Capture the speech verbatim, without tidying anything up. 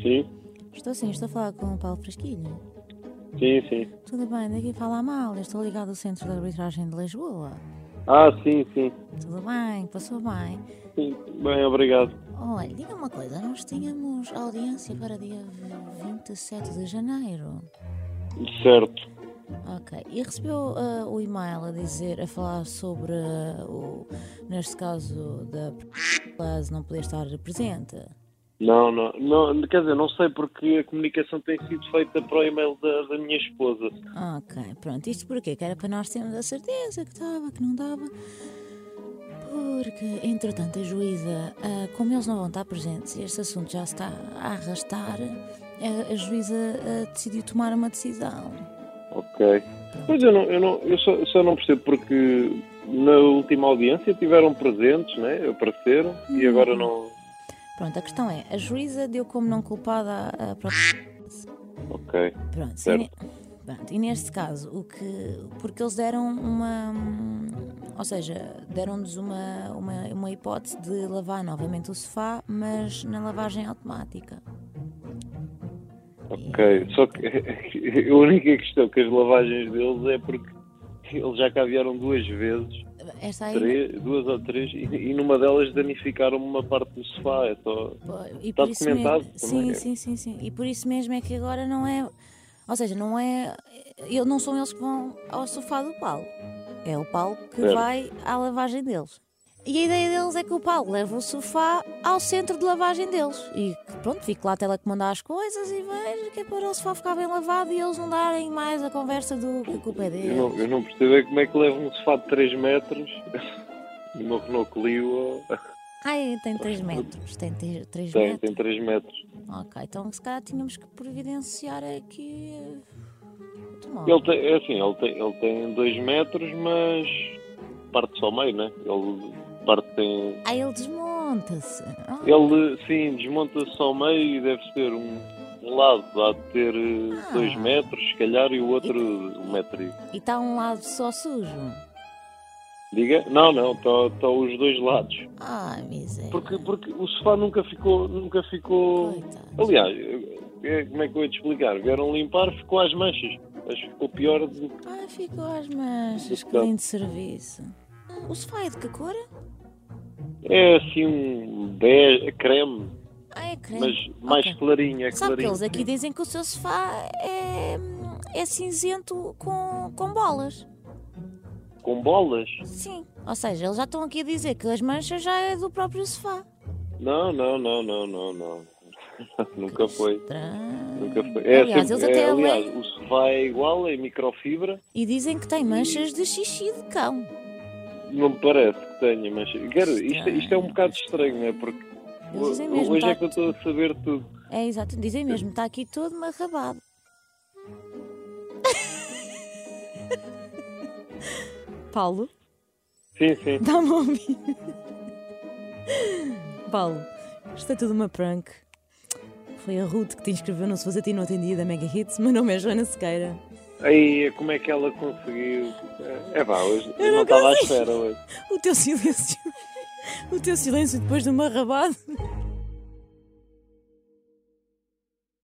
Sim, Estou sim, estou a falar com o Paulo Fresquilho. sim, sim. Tudo bem, daqui fala a mal. Eu estou ligado ao Centro de Arbitragem de Lisboa. Ah, sim, sim. Tudo bem, passou bem. Sim, bem, obrigado. Olha, diga uma coisa, nós tínhamos audiência para dia vinte e sete de janeiro. Certo. Ok, e recebeu ah, o e-mail a dizer, a falar sobre, ah, o, neste caso, da Plus não poder estar presente? Não, não, não, quer dizer, não sei porque a comunicação tem sido feita para o e-mail da, da minha esposa. Ok, pronto, isto porquê? Que era para nós termos a certeza que estava, que não dava. Porque, entretanto, a juíza, ah, como eles não vão estar presentes e este assunto já se está a arrastar, a, a juíza ah, decidiu tomar uma decisão. Ok. Pois eu não, eu não, eu só, só não percebo porque na última audiência tiveram presentes, né? Apareceram e agora não. Pronto, a questão é, a juíza deu como não culpada a, a própria... Ok. Pronto, e, Certo. ne- pronto, e neste caso, o que... Porque eles deram uma... hum, Ou seja, deram-nos uma, uma, uma hipótese de lavar novamente o sofá, mas na lavagem automática. Ok. Só que a única questão que as lavagens deles é porque eles já cá vieram duas vezes. Esta aí... Três, duas ou três, e, e numa delas danificaram uma parte do sofá. É só. Pô, e Está por isso documentado mesmo, também. sim, sim, sim, sim. E por isso mesmo é que agora não é, ou seja, não é, eu não são eles que vão ao sofá do Paulo. É o Paulo que Certo. vai à lavagem deles. E a ideia deles é que o Paulo leva o sofá ao centro de lavagem deles. E que pronto, fique lá a telecomandar as coisas e veja que é para o sofá ficar bem lavado e eles não darem mais a conversa do que a culpa é Eu deles. não, eu não percebo é como é que leva um sofá de três metros numa Renault Clio. Ai, tem três metros, tem três Tem, metros. tem três metros. Ok, então se calhar tínhamos que providenciar aqui... Ele tem, é assim, ele tem, ele tem dois metros, mas parte só ao meio, né? Ele parte tem. Ah, ele desmonta-se. Ah, Ele, sim, desmonta-se ao meio e deve ser um, um lado, há de ter eh, Ah. dois metros, se calhar, e o outro um metro e... e está um lado só sujo. Diga? Não, não, estão os dois lados. Ai, miséria. Porque, porque o sofá nunca ficou, nunca ficou... Coitado. Aliás, é, como é que eu ia te explicar? Vieram limpar, ficou às manchas. Mas ficou pior do que... Ai, ficou às manchas, que Então. lindo serviço. O sofá é de que cor? É assim um bege, creme, Ah, é creme. mas mais Ok. clarinho, é Sabe que clarinho. eles aqui dizem que o seu sofá é, é cinzento com, com bolas. Com bolas? Sim. Ou seja, eles já estão aqui a dizer que as manchas já é do próprio sofá. Não, não, não, não, não, não. Nunca foi. Estranho. Nunca foi. É Aliás, sempre- eles até é, aliás, alegam o sofá é igual, é microfibra. e dizem que tem manchas de xixi de cão. Não me parece que tenha, mas quero, isto, isto é um bocado estranho, não é? Porque Eles dizem mesmo, hoje tá- é que eu estou a saber tudo. É exato, dizem mesmo, está aqui todo marrabado. Paulo, Sim, sim. dá-me a ouvir. Paulo, isto é tudo uma prank. Foi a Ruth que te inscreveu no Se Fosse a Ti Não Atendia da Mega Hits. Meu nome é Joana Sequeira. Aí, como é que ela conseguiu? É vá, hoje Eu eu não não estava à consigo. espera hoje. O teu silêncio, o teu silêncio depois do marrabado.